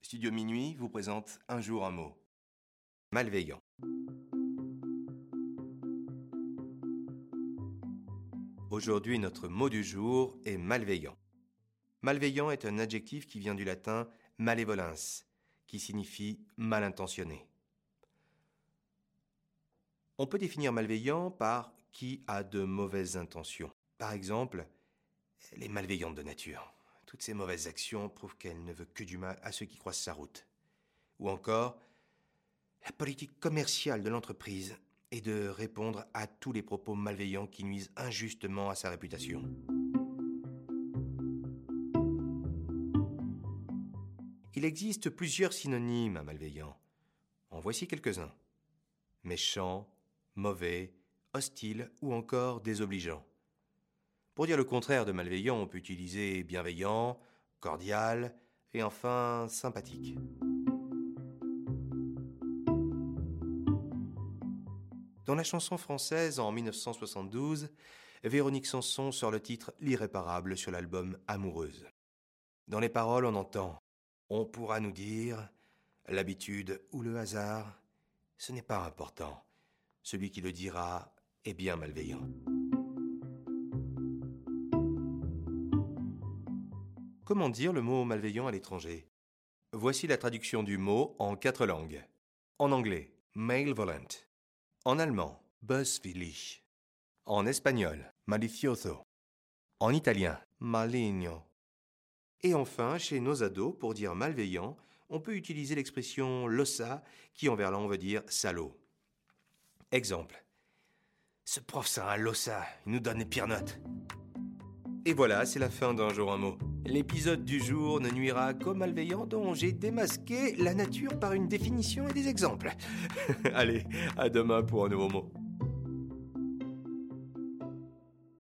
Studio Minuit vous présente Un jour un mot. Malveillant. Aujourd'hui, notre mot du jour est malveillant. Malveillant est un adjectif qui vient du latin malevolens, qui signifie mal intentionné. On peut définir malveillant par qui a de mauvaises intentions. Par exemple, elle est malveillante de nature. Toutes ses mauvaises actions prouvent qu'elle ne veut que du mal à ceux qui croisent sa route. Ou encore, la politique commerciale de l'entreprise est de répondre à tous les propos malveillants qui nuisent injustement à sa réputation. Il existe plusieurs synonymes à malveillant. En voici quelques-uns. Méchant, mauvais, hostile ou encore désobligeant. Pour dire le contraire de malveillant, on peut utiliser bienveillant, cordial et enfin sympathique. Dans la chanson française en 1972, Véronique Sanson sort le titre L'Irréparable sur l'album Amoureuse. Dans les paroles, on entend « On pourra nous dire, l'habitude ou le hasard, ce n'est pas important. Celui qui le dira est bien malveillant. » Comment dire le mot malveillant à l'étranger ? Voici la traduction du mot en 4 langues. En anglais, malevolent. En allemand, böswillig. En espagnol, malicioso. En italien, maligno. Et enfin, chez nos ados, pour dire malveillant, on peut utiliser l'expression lossa, qui en verlan veut dire salaud. Exemple. Ce prof, c'est un lossa, il nous donne les pires notes. Et voilà, c'est la fin d'Un jour un mot. L'épisode du jour ne nuira qu'aux malveillants dont j'ai démasqué la nature par une définition et des exemples. Allez, à demain pour un nouveau mot.